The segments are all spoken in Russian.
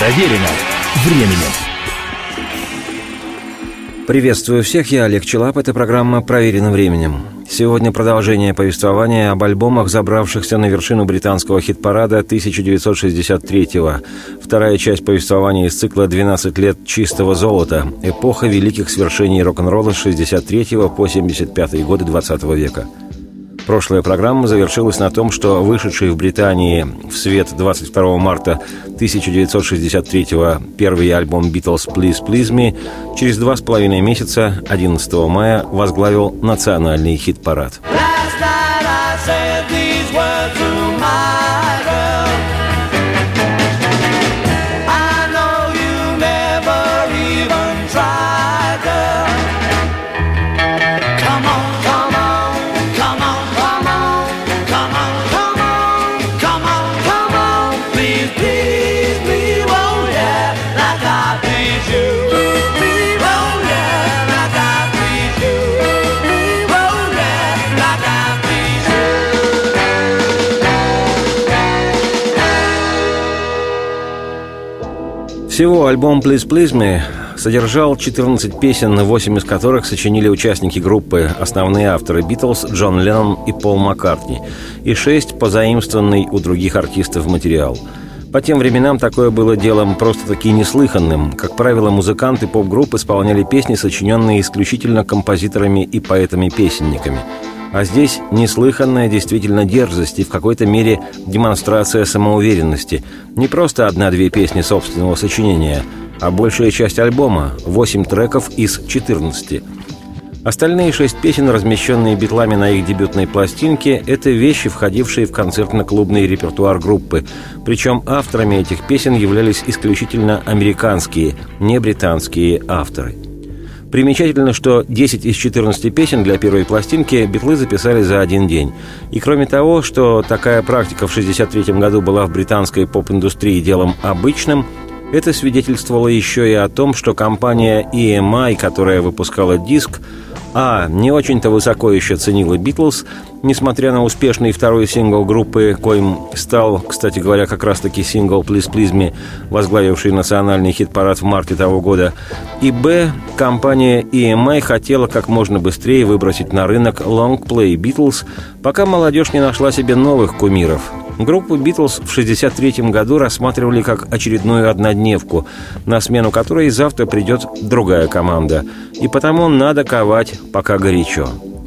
Проверено временем. Приветствую всех, я Олег Челап, это программа «Проверено временем». Сегодня продолжение повествования об альбомах, забравшихся на вершину британского хит-парада 1963-го. Вторая часть повествования из цикла «12 лет чистого золота», эпоха великих свершений рок-н-ролла с 63 по 75 годы 20 века. Прошлая программа завершилась на том, что вышедший в Британии в свет 22 марта 1963-го первый альбом «Beatles Please Please Me» через 2,5 месяца, 11 мая, возглавил национальный хит-парад. Всего альбом «Please Please Me» содержал 14 песен, 8 из которых сочинили участники группы, основные авторы «Битлз» Джон Леннон и Пол Маккартни, и 6 позаимствованный у других артистов материал. По тем временам такое было делом просто-таки неслыханным. Как правило, музыканты поп-групп исполняли песни, сочиненные исключительно композиторами и поэтами-песенниками. А здесь неслыханная действительно дерзость и в какой-то мере демонстрация самоуверенности. Не просто 1-2 песни собственного сочинения, а большая часть альбома – 8 треков из 14. Остальные 6 песен, размещенные Битлами на их дебютной пластинке, это вещи, входившие в концертно-клубный репертуар группы. Причем авторами этих песен являлись исключительно американские, не британские авторы. Примечательно, что 10 из 14 песен для первой пластинки Битлы записали за один день. И кроме того, что такая практика в 1963 году была в британской поп-индустрии делом обычным, это свидетельствовало еще и о том, что компания EMI, которая выпускала диск, не очень-то высоко еще ценила «Битлз», несмотря на успешный второй сингл группы, коим стал, кстати говоря, как раз-таки сингл «Please Please Me», возглавивший национальный хит-парад в марте того года, и компания EMI хотела как можно быстрее выбросить на рынок лонгплей «Битлз», пока молодежь не нашла себе новых кумиров. Группу «Битлз» в 1963 году рассматривали как очередную однодневку, на смену которой завтра придет другая команда. И потому надо ковать, пока горячо.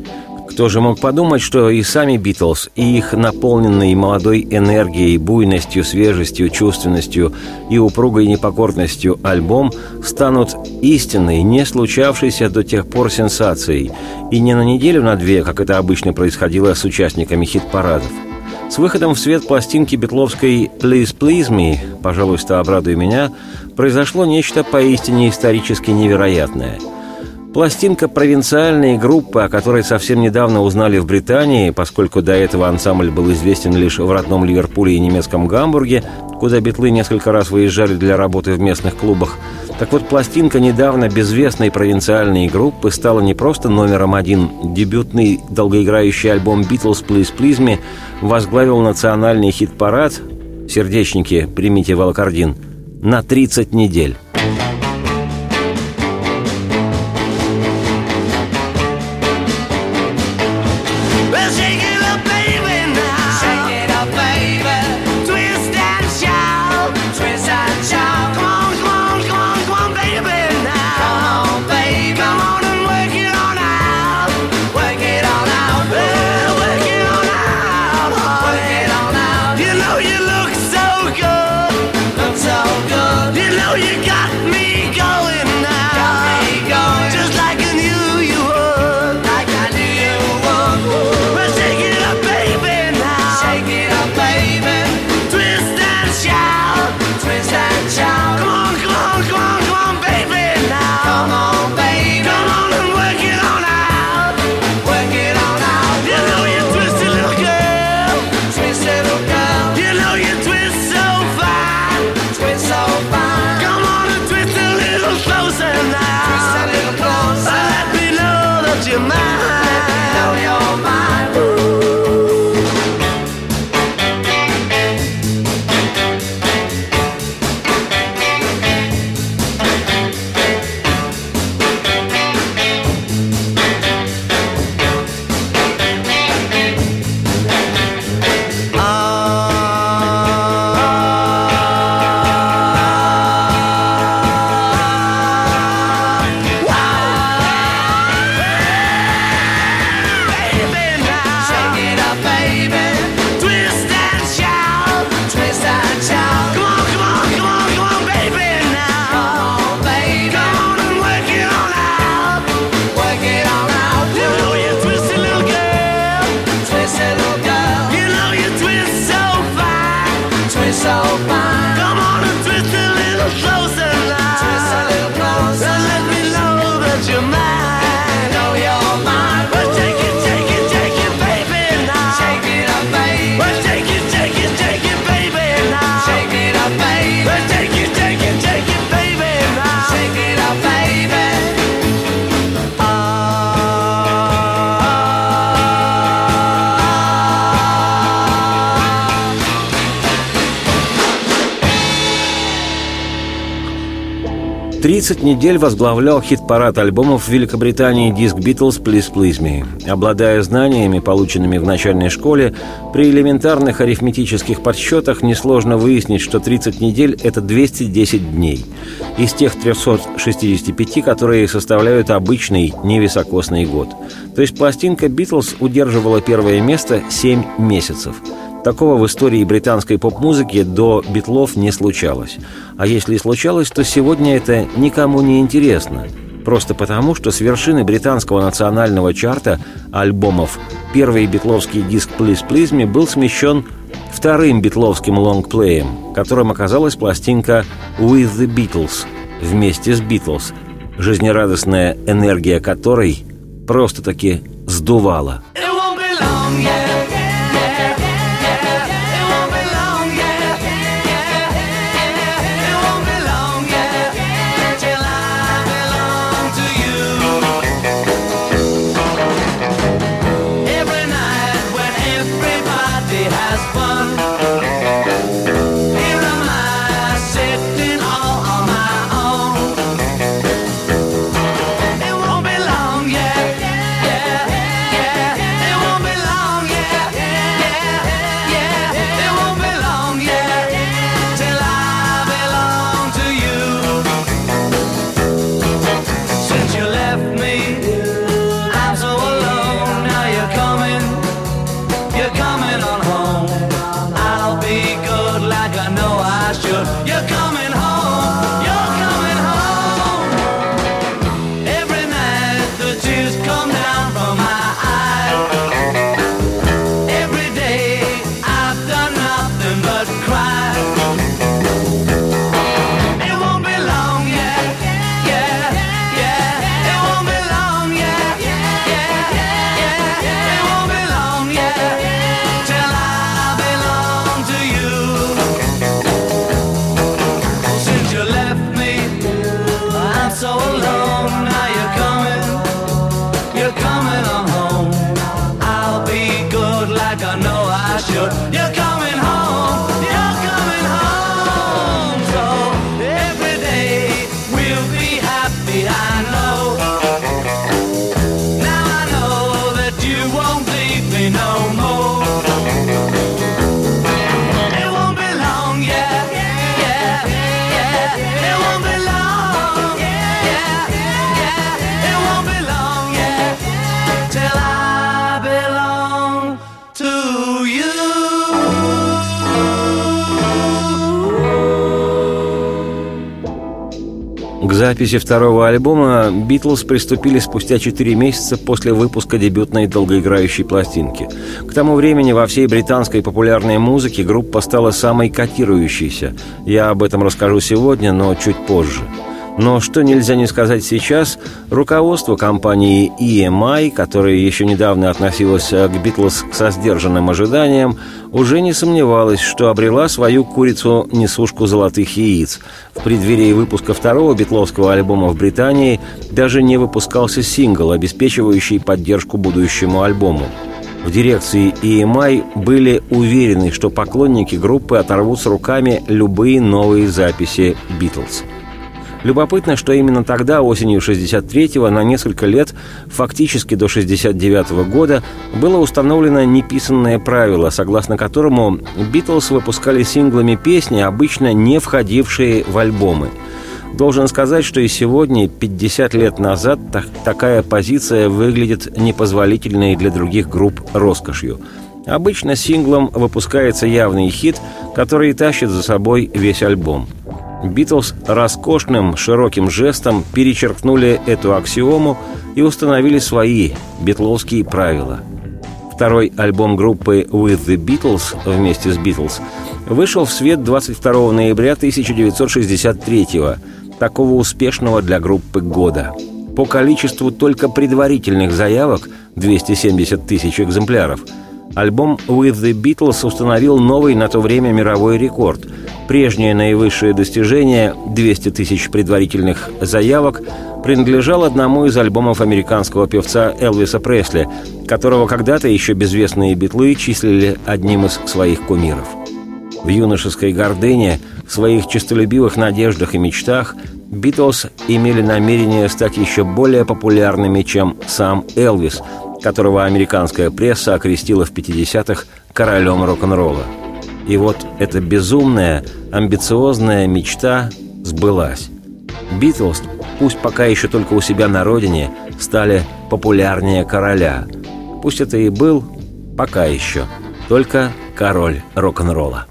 Кто же мог подумать, что и сами «Битлз», и их наполненные молодой энергией, буйностью, свежестью, чувственностью и упругой непокорностью альбом станут истинной, не случавшейся до тех пор сенсацией. И не на неделю, на 2, как это обычно происходило с участниками хит-парадов. С выходом в свет пластинки битловской «Please Please Me», «Пожалуйста, обрадуй меня», произошло нечто поистине исторически невероятное. Пластинка провинциальной группы, о которой совсем недавно узнали в Британии, поскольку до этого ансамбль был известен лишь в родном Ливерпуле и немецком Гамбурге, куда битлы несколько раз выезжали для работы в местных клубах. Так вот, пластинка недавно безвестной провинциальной группы стала не просто номером 1. Дебютный долгоиграющий альбом «Beatles Please Please Me» возглавил национальный хит-парад «Сердечники, примите волокордин» на 30 недель. You got 30 недель возглавлял хит-парад альбомов в Великобритании диск «Beatles Please Please Me». Обладая знаниями, полученными в начальной школе, при элементарных арифметических подсчетах несложно выяснить, что 30 недель – это 210 дней. Из тех 365, которые составляют обычный невисокосный год. То есть пластинка «Beatles» удерживала первое место 7 месяцев. Такого в истории британской поп-музыки до «Битлов» не случалось. А если и случалось, то сегодня это никому не интересно. Просто потому, что с вершины британского национального чарта альбомов первый битловский диск «Please Please Me» был смещен вторым битловским лонгплеем, которым оказалась пластинка «With the Beatles» вместе с «Beatles», жизнерадостная энергия которой просто-таки сдувала. К записи второго альбома «Битлз» приступили спустя 4 месяца после выпуска дебютной долгоиграющей пластинки. К тому времени во всей британской популярной музыке группа стала самой котирующейся. Я об этом расскажу сегодня, но чуть позже. Но что нельзя не сказать сейчас, руководство компании EMI, которое еще недавно относилось к «Битлз» со сдержанным ожиданием, уже не сомневалось, что обрела свою курицу-несушку золотых яиц. В преддверии выпуска второго битловского альбома в Британии даже не выпускался сингл, обеспечивающий поддержку будущему альбому. В дирекции EMI были уверены, что поклонники группы оторвут с руками любые новые записи «Битлз». Любопытно, что именно тогда, осенью 1963-го, на несколько лет, фактически до 1969 года, было установлено неписанное правило, согласно которому «Битлз» выпускали синглами песни, обычно не входившие в альбомы. Должен сказать, что и сегодня, 50 лет назад, такая позиция выглядит непозволительной для других групп роскошью. Обычно синглом выпускается явный хит, который тащит за собой весь альбом. «Битлз» роскошным, широким жестом перечеркнули эту аксиому и установили свои битловские правила. Второй альбом группы «With the Beatles» вместе с «Битлз» вышел в свет 22 ноября 1963-го, такого успешного для группы года. По количеству только предварительных заявок – 270 тысяч экземпляров – альбом «With the Beatles» установил новый на то время мировой рекорд. Прежнее наивысшее достижение – 200 тысяч предварительных заявок – принадлежал одному из альбомов американского певца Элвиса Пресли, которого когда-то еще безвестные битлы числили одним из своих кумиров. В юношеской гордыне, в своих честолюбивых надеждах и мечтах Битлз имели намерение стать еще более популярными, чем сам Элвис, которого американская пресса окрестила в 50-х королем рок-н-ролла. И вот эта безумная, амбициозная мечта сбылась. Битлз, пусть пока еще только у себя на родине, стали популярнее короля. Пусть это и был, пока еще, только король рок-н-ролла.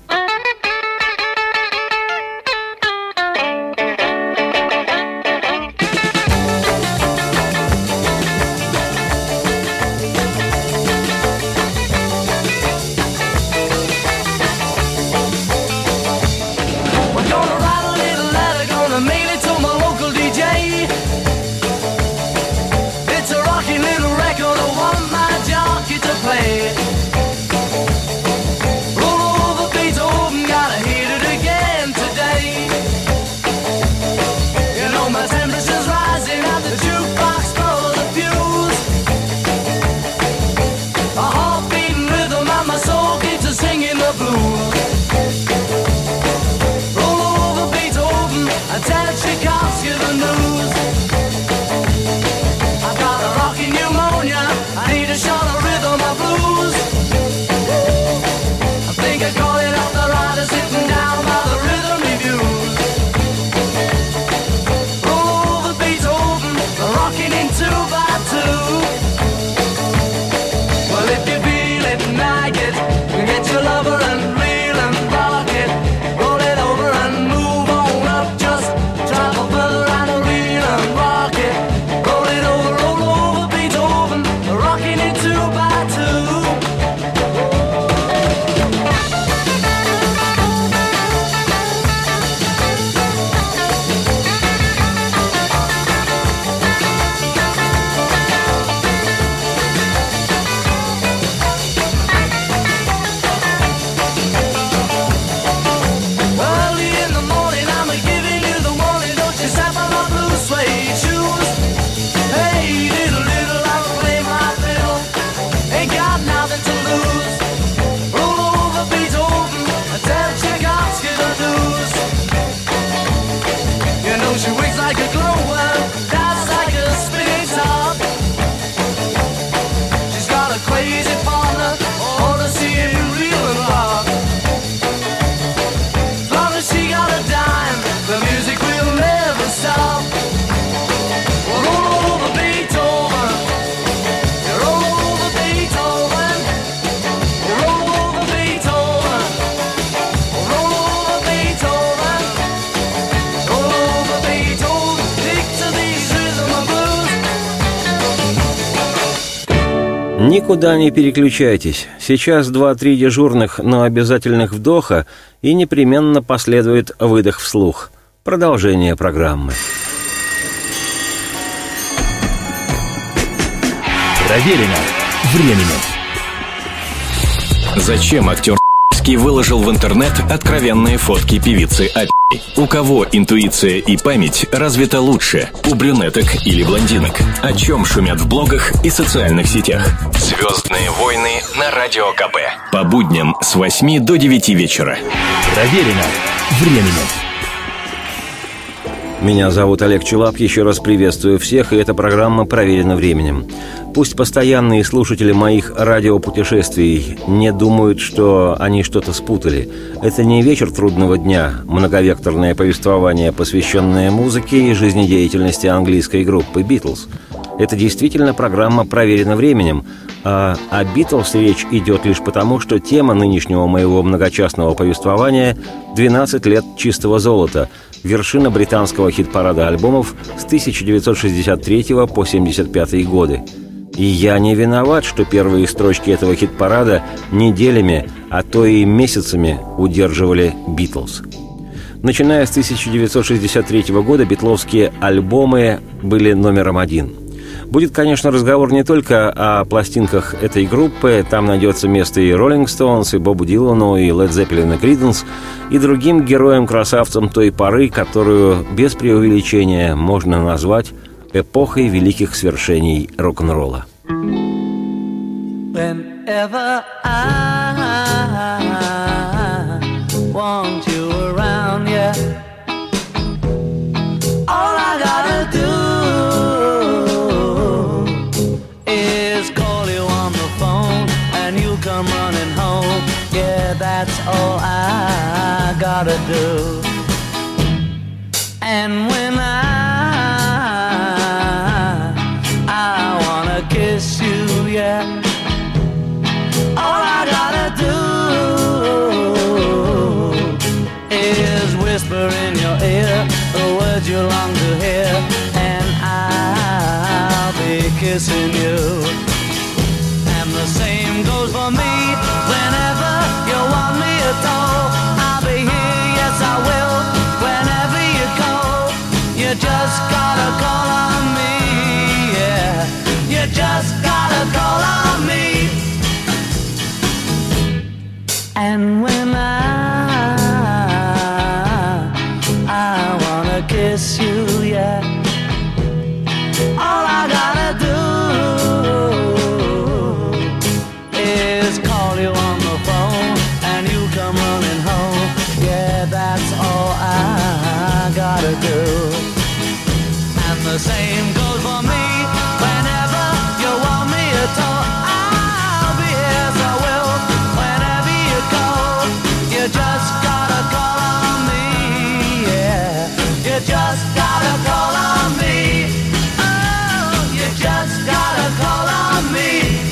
Никуда не переключайтесь. Сейчас 2-3 дежурных, но обязательных вдоха, и непременно последует выдох вслух. Продолжение программы. Проверено временем. Зачем актер выложил в интернет откровенные фотки певицы Апи? У кого интуиция и память развита лучше? У брюнеток или блондинок? О чем шумят в блогах и социальных сетях? «Звездные войны» на Радио КП. По будням с 8 до 9 вечера. Проверено временем. Меня зовут Олег Челап, еще раз приветствую всех, и эта программа «Проверена временем». Пусть постоянные слушатели моих радиопутешествий не думают, что они что-то спутали. Это не вечер трудного дня, многовекторное повествование, посвященное музыке и жизнедеятельности английской группы «Битлз». Это действительно программа «Проверена временем», а о «Битлз» речь идет лишь потому, что тема нынешнего моего многочастного повествования – 12 лет чистого золота, вершина британского хит-парада альбомов с 1963 по 1975 годы. И я не виноват, что первые строчки этого хит-парада неделями, а то и месяцами удерживали «Битлз». Начиная с 1963 года битловские альбомы были номером 1. Будет, конечно, разговор не только о пластинках этой группы. Там найдется место и Rolling Stones, и Бобу Дилану, и Led Zeppelin, и Creedence, и другим героям-красавцам той поры, которую без преувеличения можно назвать эпохой великих свершений рок-н-ролла. Whenever I want you around, yeah, that's all I gotta do. And when I wanna kiss you, yeah, all I gotta do is whisper in your ear the words you long to hear, and I'll be kissing you. And the same goes for me. Whenever you want me at all, I'll be here, yes I will. Whenever you call, you just gotta call on me, yeah. You just gotta call on me. And when I wanna kiss you, yeah, all I gotta do is call you on the phone and you come running home. Yeah, that's all I gotta do. And the same goes for me. Whenever you want me at all, I'll be here, so I will. Whenever you call, you just gotta call on me, yeah. You just gotta call on me. Oh, you just gotta call on me.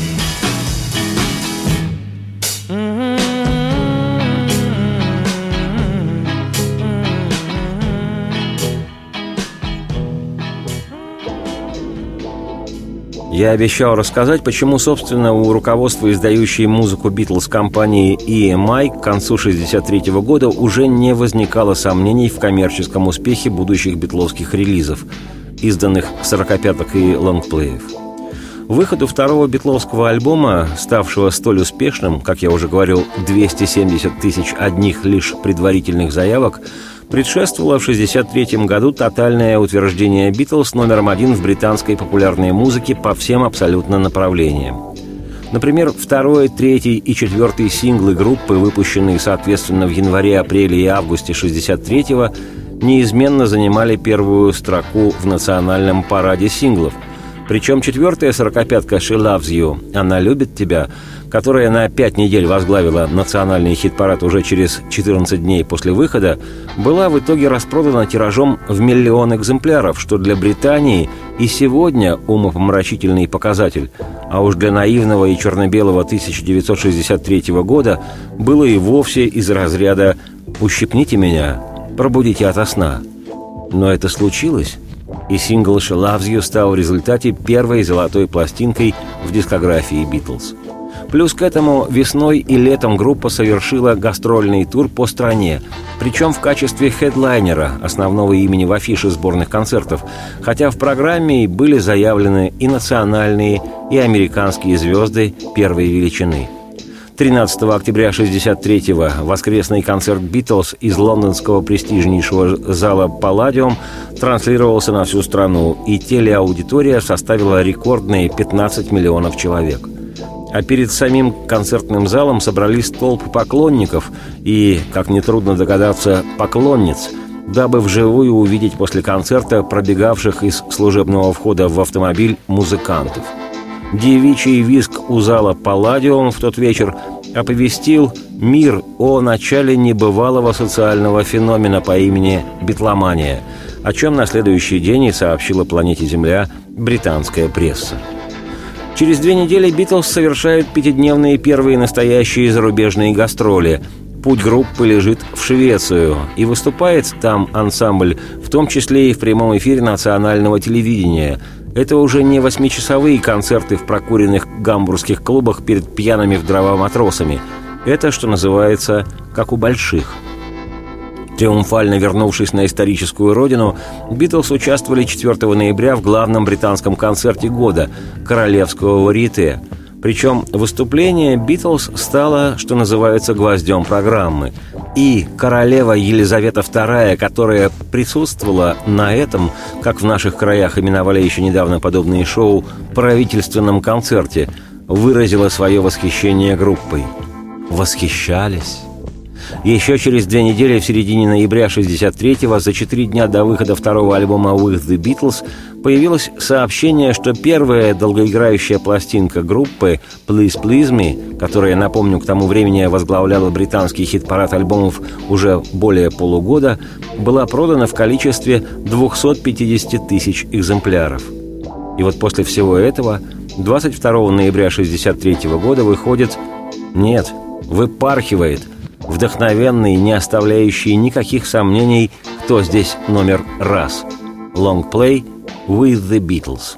Я обещал рассказать, почему, собственно, у руководства, издающей музыку Битлз компании EMI к концу 1963 года уже не возникало сомнений в коммерческом успехе будущих битловских релизов, изданных 45-ок и лонгплеев. Выходу второго битловского альбома, ставшего столь успешным, как я уже говорил, 270 тысяч одних лишь предварительных заявок, предшествовало в 1963 году тотальное утверждение «Битлз» номером 1 в британской популярной музыке по всем абсолютно направлениям. Например, второй, третий и четвертый синглы группы, выпущенные соответственно в январе, апреле и августе 1963-го, неизменно занимали первую строку в национальном параде синглов. Причем четвертая 45-ка «She Loves You» «Она любит тебя», которая на 5 недель возглавила национальный хит-парад уже через 14 дней после выхода, была в итоге распродана тиражом в 1 миллион экземпляров, что для Британии и сегодня умопомрачительный показатель, а уж для наивного и черно-белого 1963 года было и вовсе из разряда «Ущипните меня, пробудите ото сна». Но это случилось, и сингл «She Loves You» стал в результате первой золотой пластинкой в дискографии «Битлз». Плюс к этому весной и летом группа совершила гастрольный тур по стране, причем в качестве хедлайнера, основного имени в афише сборных концертов, хотя в программе были заявлены и национальные, и американские звезды первой величины. 13 октября 1963-го воскресный концерт «Битлз» из лондонского престижнейшего зала «Палладиум» транслировался на всю страну, и телеаудитория составила рекордные 15 миллионов человек. А перед самим концертным залом собрались толпы поклонников и, как нетрудно догадаться, поклонниц, дабы вживую увидеть после концерта пробегавших из служебного входа в автомобиль музыкантов. Девичий визг у зала «Палладиум» в тот вечер оповестил мир о начале небывалого социального феномена по имени битломания, о чем на следующий день и сообщила планете Земля британская пресса. Через 2 недели «Битлз» совершают 5-дневные первые настоящие зарубежные гастроли. Путь группы лежит в Швецию, и выступает там ансамбль, в том числе и в прямом эфире национального телевидения. Это уже не 8-часовые концерты в прокуренных гамбургских клубах перед пьяными в дрова матросами. Это, что называется, как у больших. Триумфально вернувшись на историческую родину, «Битлз» участвовали 4 ноября в главном британском концерте года – королевского варьете. Причем выступление «Битлз» стало, что называется, гвоздем программы. И королева Елизавета II, которая присутствовала на этом, как в наших краях именовали еще недавно подобные шоу, правительственном концерте, выразила свое восхищение группой. Восхищались. Еще через 2 недели, в середине ноября 1963-го, за 4 дня до выхода второго альбома «With the Beatles», появилось сообщение, что первая долгоиграющая пластинка группы «Please Please Me», которая, напомню, к тому времени возглавляла британский хит-парад альбомов уже более полугода, была продана в количестве 250 тысяч экземпляров. И вот после всего этого 22 ноября 1963 года выходит, нет, выпархивает, вдохновенный, не оставляющий никаких сомнений, кто здесь номер раз. Лонгплей «With the Beatles».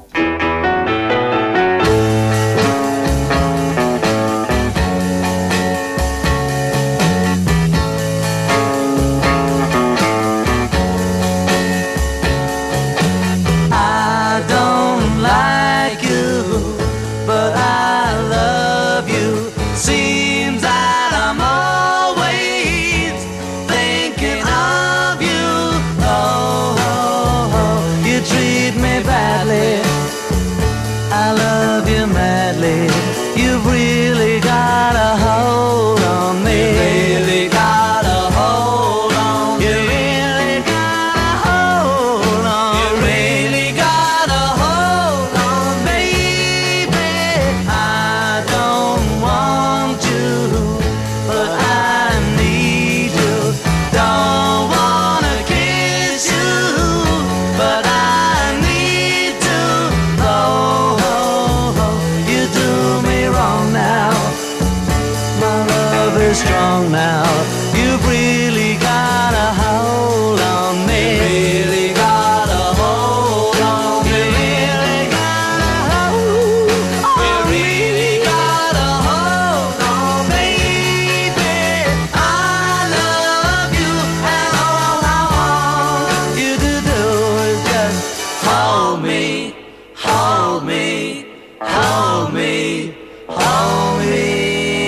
Strong now, you've really got a hold on me. Really got a hold on me. Really got a hold. You really got a hold on me, baby. I love you, and all I want you to do is just hold me, hold me, hold me, hold me.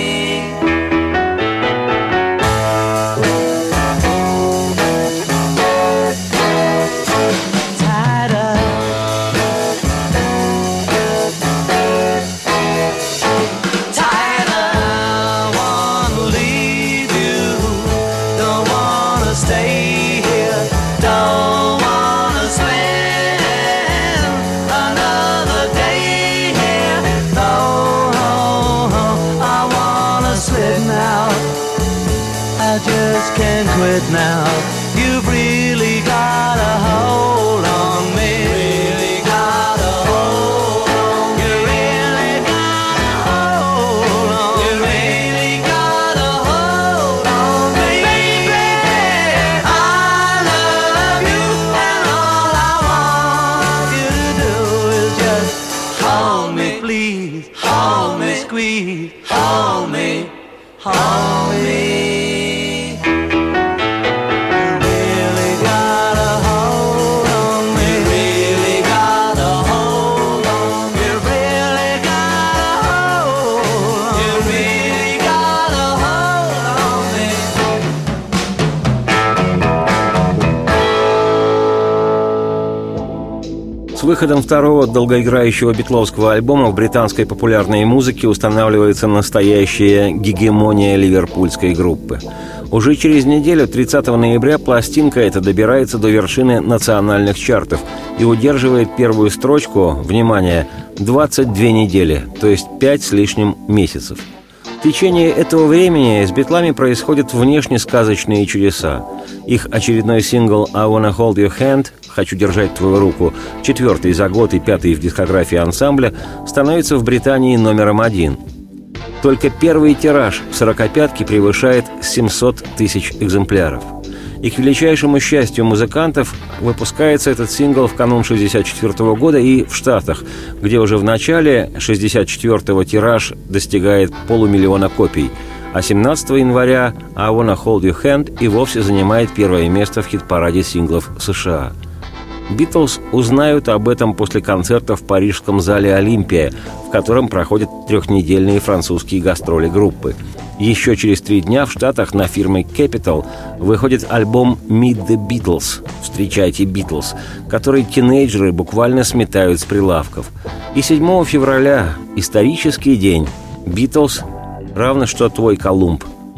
Can't quit now. You've really got a hold on me. Really got a hold on me. You really got a hold on me. You really got a hold on me. Baby, I love you, and all I want you to do is just hold me, please. Hold me, squeeze. Hold me, hold me. С выходом второго долгоиграющего битловского альбома в британской популярной музыке устанавливается настоящая гегемония ливерпульской группы. Уже через неделю, 30 ноября, пластинка эта добирается до вершины национальных чартов и удерживает первую строчку, внимание, 22 недели, то есть 5 с лишним месяцев. В течение этого времени с битлами происходят внешне сказочные чудеса. Их очередной сингл «I Wanna Hold Your Hand» «Хочу держать твою руку», 4-й за год и 5-й в дискографии ансамбля, становится в Британии номером 1. Только первый тираж в 45-ке превышает 700 тысяч экземпляров. И, к величайшему счастью музыкантов, выпускается этот сингл в канун 1964 года и в Штатах, где уже в начале 1964-го тираж достигает 500 000 копий, а 17 января «I Wanna Hold Your Hand» и вовсе занимает первое место в хит-параде синглов США. «Битлз» узнают об этом после концерта в парижском зале «Олимпия», в котором проходят 3-недельные французские гастроли группы. Еще через 3 дня в Штатах на фирме Capitol выходит альбом «Meet the Beatles» «Встречайте Битлз», который тинейджеры буквально сметают с прилавков. И 7 февраля, исторический день, «Битлз» равно что твой Колумб,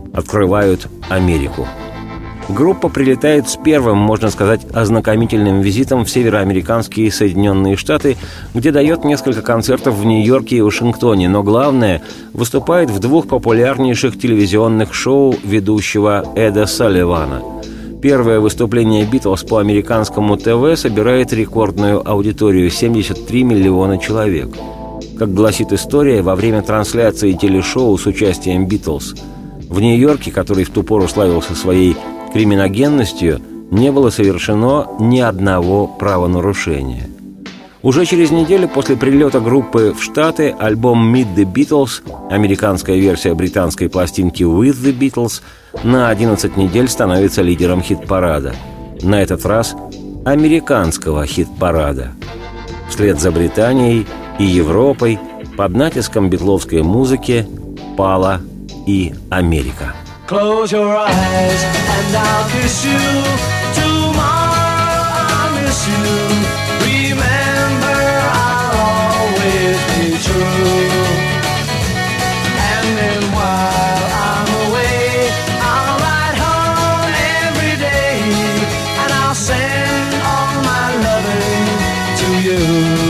открывают Америку. Группа прилетает с первым, можно сказать, ознакомительным визитом в североамериканские Соединенные Штаты, где дает несколько концертов в Нью-Йорке и Вашингтоне, но главное, выступает в 2 популярнейших телевизионных шоу ведущего Эда Салливана. Первое выступление «Битлз» по американскому ТВ собирает рекордную аудиторию – 73 миллиона человек. Как гласит история, во время трансляции телешоу с участием «Битлз» в Нью-Йорке, который в ту пору славился своей криминогенностью, не было совершено ни одного правонарушения. Уже через неделю после прилета группы в Штаты альбом «Meet the Beatles», американская версия британской пластинки «With the Beatles», на 11 недель становится лидером хит-парада. На этот раз американского хит-парада. Вслед за Британией и Европой под натиском битловской музыки пала и Америка. Close your eyes and I'll kiss you. Tomorrow I'll miss you. Remember, I'll always be true. And then while I'm away, I'll ride home every day, and I'll send all my loving to you.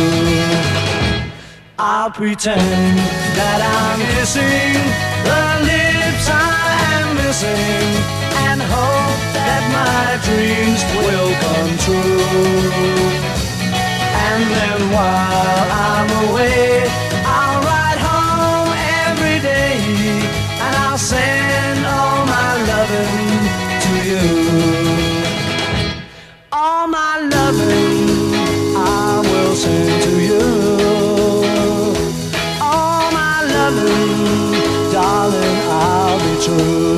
I'll pretend that I'm kissing the lips I'm missing, and hope that my dreams will come true. And then while I'm away, I'll ride home every day, and I'll send all my loving to you. All my loving I will send to you. All my loving, darling, I'll be true.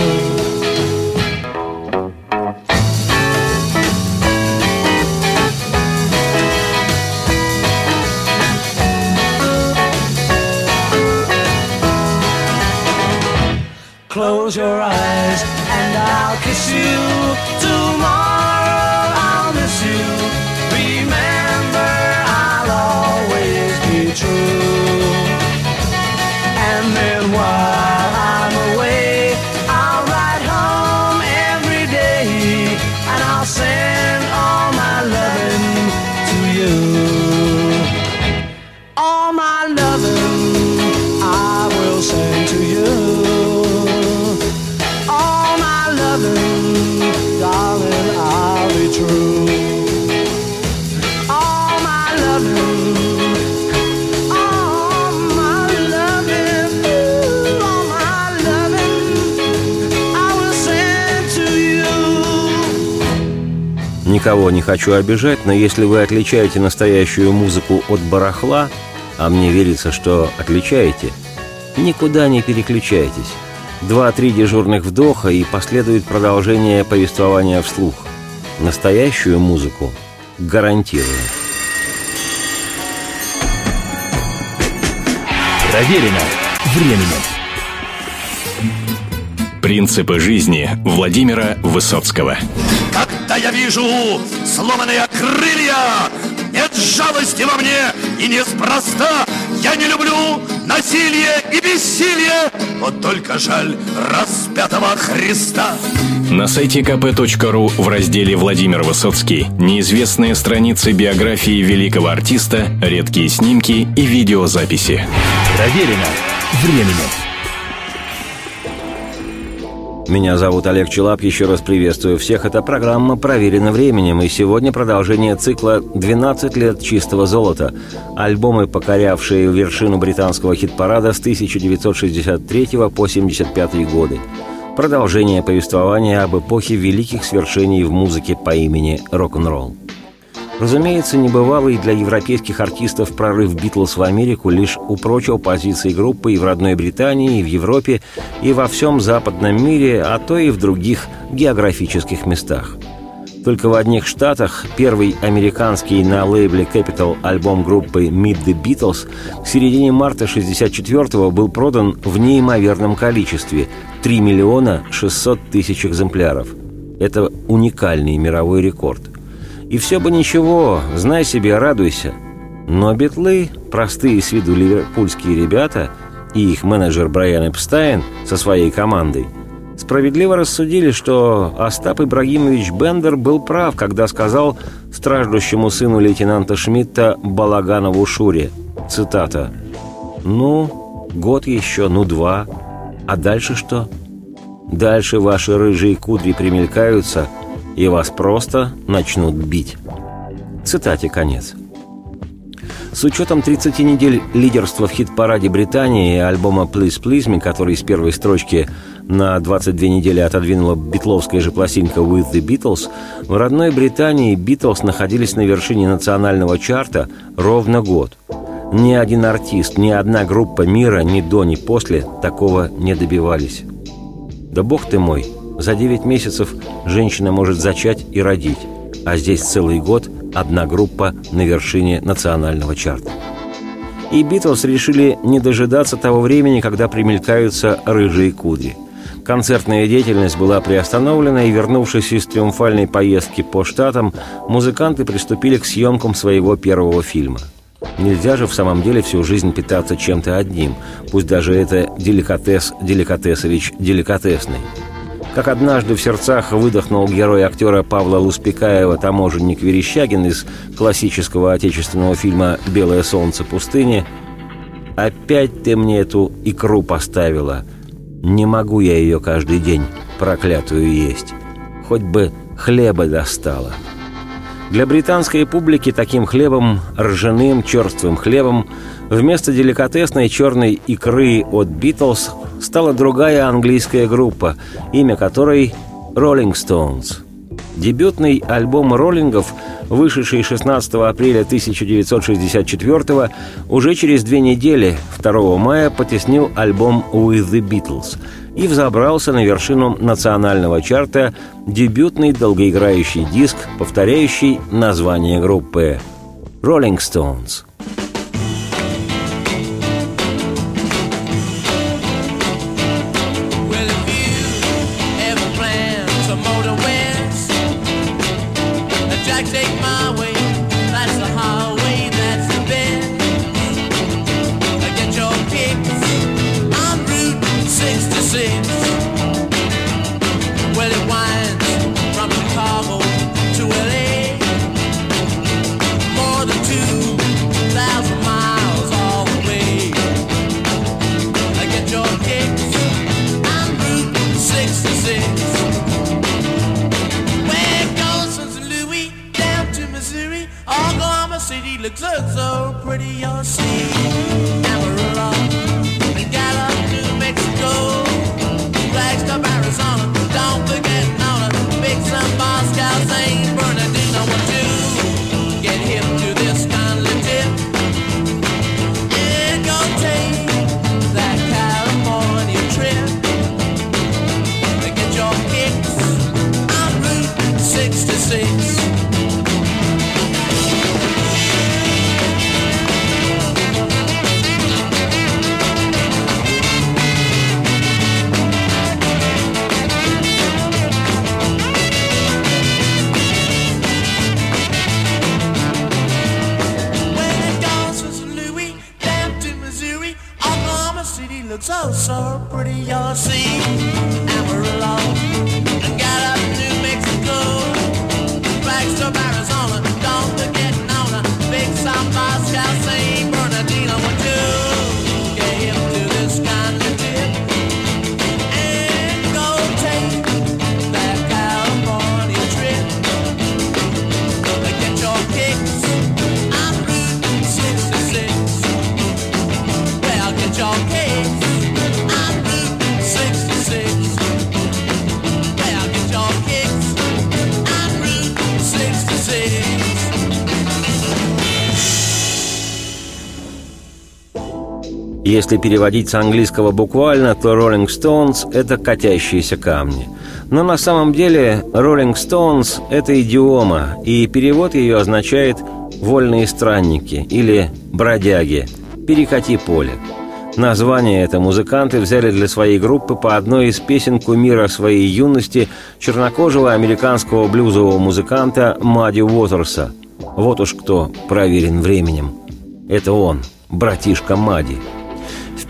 Close your eyes and I'll kiss you. Tomorrow I'll miss you. Remember, I'll always be true. And then while I'm away, I'll ride home every day, and I'll send all my loving to you. All my loving I will send to you. All my loving, darling, I'll be true. All my loving, all my loving, all my loving, I will send to you. Никого не хочу обижать, но если вы отличаете настоящую музыку от барахла, а мне верится, что отличаете, никуда не переключайтесь. 2-3 дежурных вдоха, и последует продолжение повествования вслух. Настоящую музыку гарантирую. Проверено временем. Принципы жизни Владимира Высоцкого. Когда я вижу сломанные крылья, нет жалости во мне и неспроста. Я не люблю насилие и бессилие, вот только жаль распятого Христа. На сайте kp.ru в разделе «Владимир Высоцкий» неизвестные страницы биографии великого артиста, редкие снимки и видеозаписи. Проверено временем. Меня зовут Олег Челап, еще раз приветствую всех. Это программа «Проверено временем», и сегодня продолжение цикла «12 лет чистого золота». Альбомы, покорявшие вершину британского хит-парада с 1963 по 1975 годы. Продолжение повествования об эпохе великих свершений в музыке по имени рок-н-ролл. Разумеется, небывалый для европейских артистов прорыв «Битлз» в Америку лишь упрочил позиции группы и в родной Британии, и в Европе, и во всем западном мире, а то и в других географических местах. Только в одних штатах первый американский на лейбле Capitol альбом группы «Meet the Beatles» к середине марта 1964-го был продан в неимоверном количестве – 3 миллиона 600 тысяч экземпляров. Это уникальный мировой рекорд. И все бы ничего, знай себе, радуйся. Но битлы, простые с виду ливерпульские ребята и их менеджер Брайан Эпстайн со своей командой Справедливо рассудили, что Остап Ибрагимович Бендер был прав, когда сказал страждущему сыну лейтенанта Шмидта Балаганову Шуре, цитата: «Ну, год еще, ну, 2, а дальше что? Дальше ваши рыжие кудри примелькаются, и вас просто начнут бить». Цитате конец. С учетом 30 недель лидерства в хит-параде Британии и альбома «Please Please Me», который с первой строчки на 22 недели отодвинула битловская же пластинка «With the Beatles», в родной Британии «Битлз» находились на вершине национального чарта ровно год. Ни один артист, ни одна группа мира ни до, ни после такого не добивались. Да бог ты мой, за 9 месяцев женщина может зачать и родить, а здесь целый год одна группа на вершине национального чарта. И «Битлз» решили не дожидаться того времени, когда примелькаются рыжие кудри. Концертная деятельность была приостановлена, и, вернувшись из триумфальной поездки по штатам, музыканты приступили к съемкам своего первого фильма. Нельзя же в самом деле всю жизнь питаться чем-то одним, пусть даже это деликатес деликатесович деликатесный. Как однажды в сердцах выдохнул герой актера Павла Луспекаева, таможенник Верещагин из классического отечественного фильма «Белое солнце пустыни», «Опять ты мне эту икру поставила. Не могу я ее каждый день, проклятую, есть. Хоть бы хлеба достала». Для британской публики таким хлебом, ржаным, черствым хлебом, вместо деликатесной черной икры от «Битлз» стала другая английская группа, имя которой «Rolling Stones». Дебютный альбом «Роллингов», вышедший 16 апреля 1964-го, уже через 2 недели, 2 мая, потеснил альбом «With the Beatles» и взобрался на вершину национального чарта дебютный долгоиграющий диск, повторяющий название группы «Rolling Stones». Если переводить с английского буквально, то Rolling Stones – это катящиеся камни. Но на самом деле Rolling Stones – это идиома, и перевод ее означает «вольные странники» или «бродяги», «перекати поле». Название это музыканты взяли для своей группы по одной из песен кумира своей юности, чернокожего американского блюзового музыканта Мадди Уотерса. Вот уж кто проверен временем. Это он, братишка Мадди. В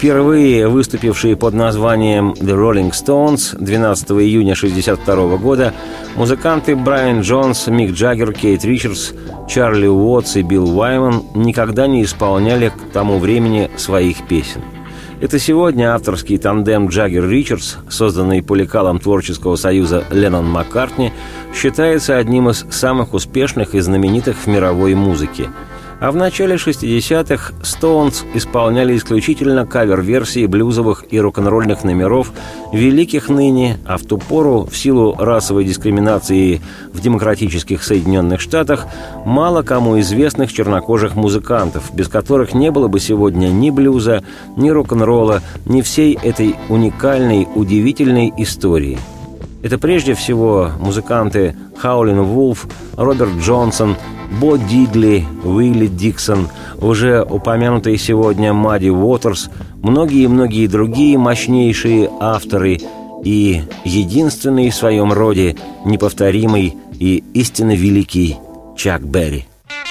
Впервые выступившие под названием The Rolling Stones 12 июня 1962 года музыканты Брайан Джонс, Мик Джаггер, Кейт Ричардс, Чарли Уотс и Билл Вайман никогда не исполняли к тому времени своих песен. Это сегодня авторский тандем Джаггер-Ричардс, созданный по лекалам творческого союза Леннон-Маккартни, считается одним из самых успешных и знаменитых в мировой музыке. А в начале 60-х Stones исполняли исключительно кавер-версии блюзовых и рок-н-ролльных номеров великих ныне, а в ту пору, в силу расовой дискриминации в демократических Соединенных Штатах, мало кому известных чернокожих музыкантов, без которых не было бы сегодня ни блюза, ни рок-н-ролла, ни всей этой уникальной, удивительной истории. Это прежде всего музыканты Хаулин Вулф, Роберт Джонсон, Бо Дидли, Уилли Диксон, уже упомянутый сегодня Мадди Уотерс, многие-многие другие мощнейшие авторы и единственный в своем роде неповторимый и истинно великий Чак Берри.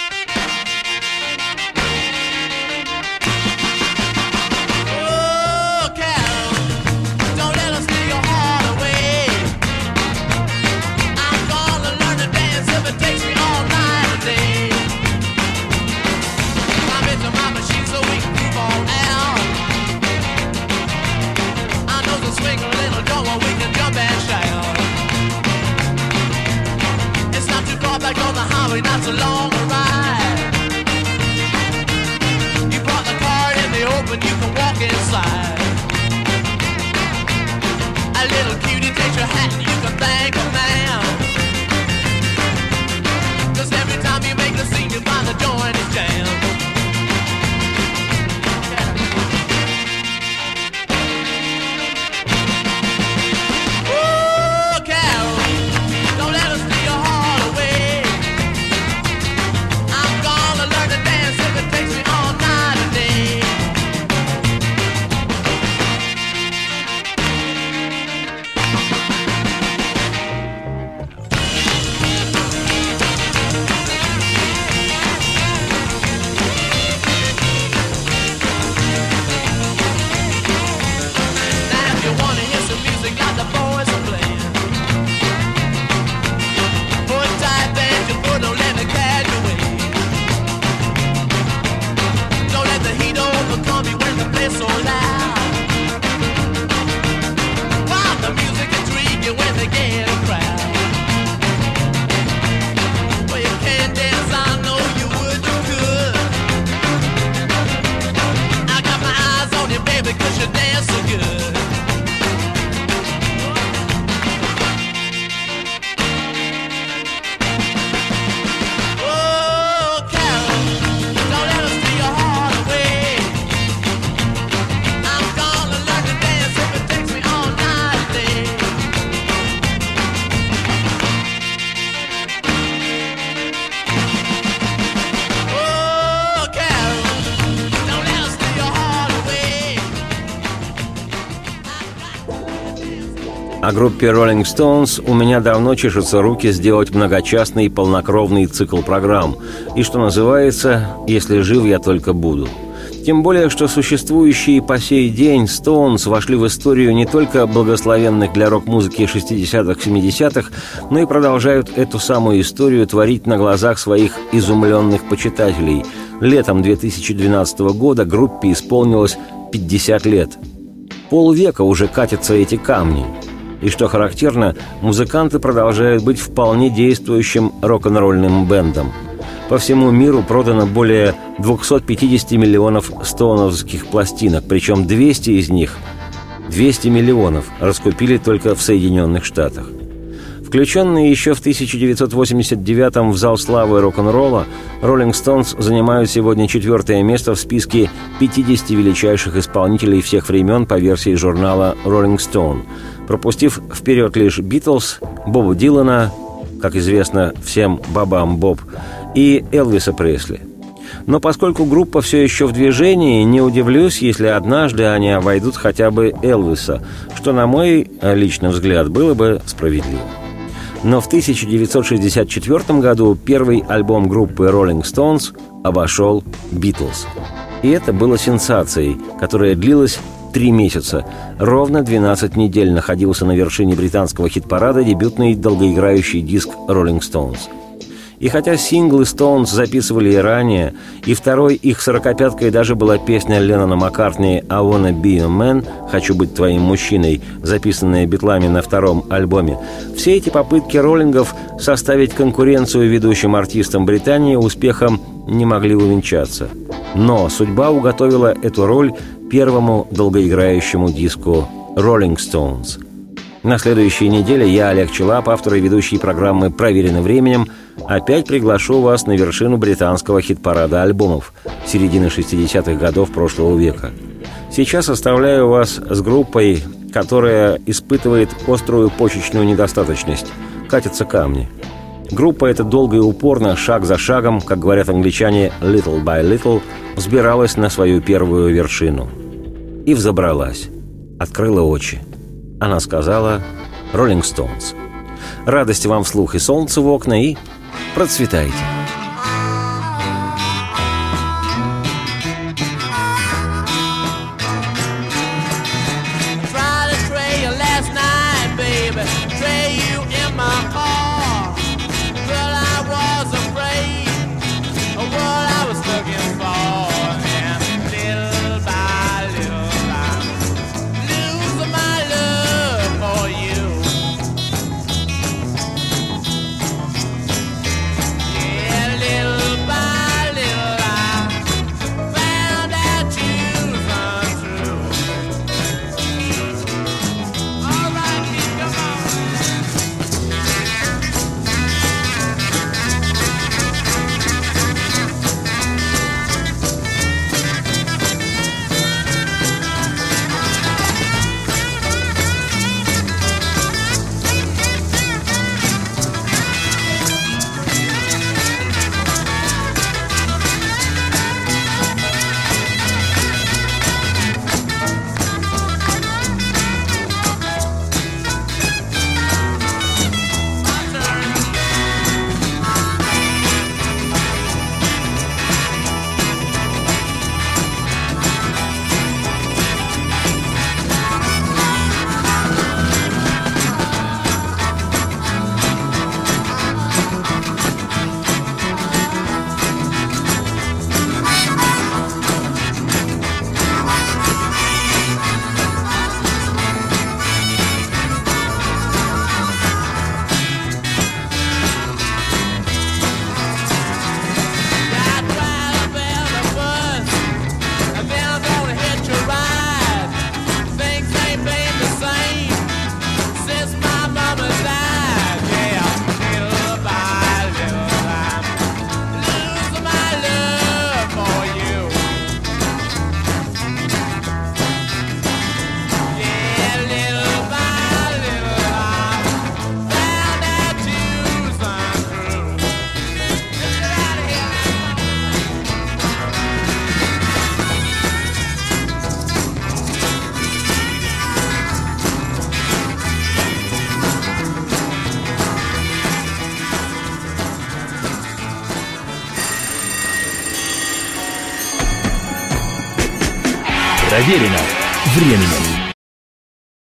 Not so long a ride. You park the car in the open, you can walk inside. A little cutie takes your hat and you can thank a man. 'Cause every time you make a scene, you find the joint is jammed. О группе Rolling Stones у меня давно чешутся руки сделать многочастный полнокровный цикл программ. И, что называется, «Если жив, я только буду». Тем более, что существующие по сей день Stones вошли в историю не только благословенных для рок-музыки 60-х-70-х, но и продолжают эту самую историю творить на глазах своих изумленных почитателей. Летом 2012 года группе исполнилось 50 лет. Полвека уже катятся эти камни. И что характерно, музыканты продолжают быть вполне действующим рок-н-ролльным бэндом. По всему миру продано более 250 миллионов стоуновских пластинок, причем 200 из них, 200 миллионов, раскупили только в Соединенных Штатах. Включенные еще в 1989-м в зал славы рок-н-ролла, Rolling Stones занимают сегодня 4-е место в списке 50 величайших исполнителей всех времен по версии журнала Rolling Stone, пропустив вперед лишь Битлз, Боба Дилана, как известно всем бабам Боб, и Элвиса Пресли. Но поскольку группа все еще в движении, не удивлюсь, если однажды они обойдут хотя бы Элвиса, что, на мой личный взгляд, было бы справедливо. Но в 1964 году первый альбом группы Rolling Stones обошел Битлз. И это было сенсацией, которая длилась 3 месяца. Ровно 12 недель находился на вершине британского хит-парада дебютный долгоиграющий диск «Rolling Stones». И хотя синглы Stones записывали и ранее, и второй их 45-кой даже была песня Леннона Маккартни «I wanna be your man» «Хочу быть твоим мужчиной», записанная Битлами на втором альбоме, все эти попытки роллингов составить конкуренцию ведущим артистам Британии успехом не могли увенчаться. Но судьба уготовила эту роль первому долгоиграющему диску «Rolling Stones». На следующей неделе я, Олег Челап, автор и ведущий программы «Проверено временем», опять приглашу вас на вершину британского хит-парада альбомов середины 60-х годов прошлого века. Сейчас оставляю вас с группой, которая испытывает острую почечную недостаточность. Катятся камни. Группа эта долго и упорно, шаг за шагом, как говорят англичане, little by little, взбиралась на свою первую вершину. И взобралась. Открыла очи. Она сказала «Rolling Stones». Радости вам вслух и солнце в окна, и процветайте! Проверено временем.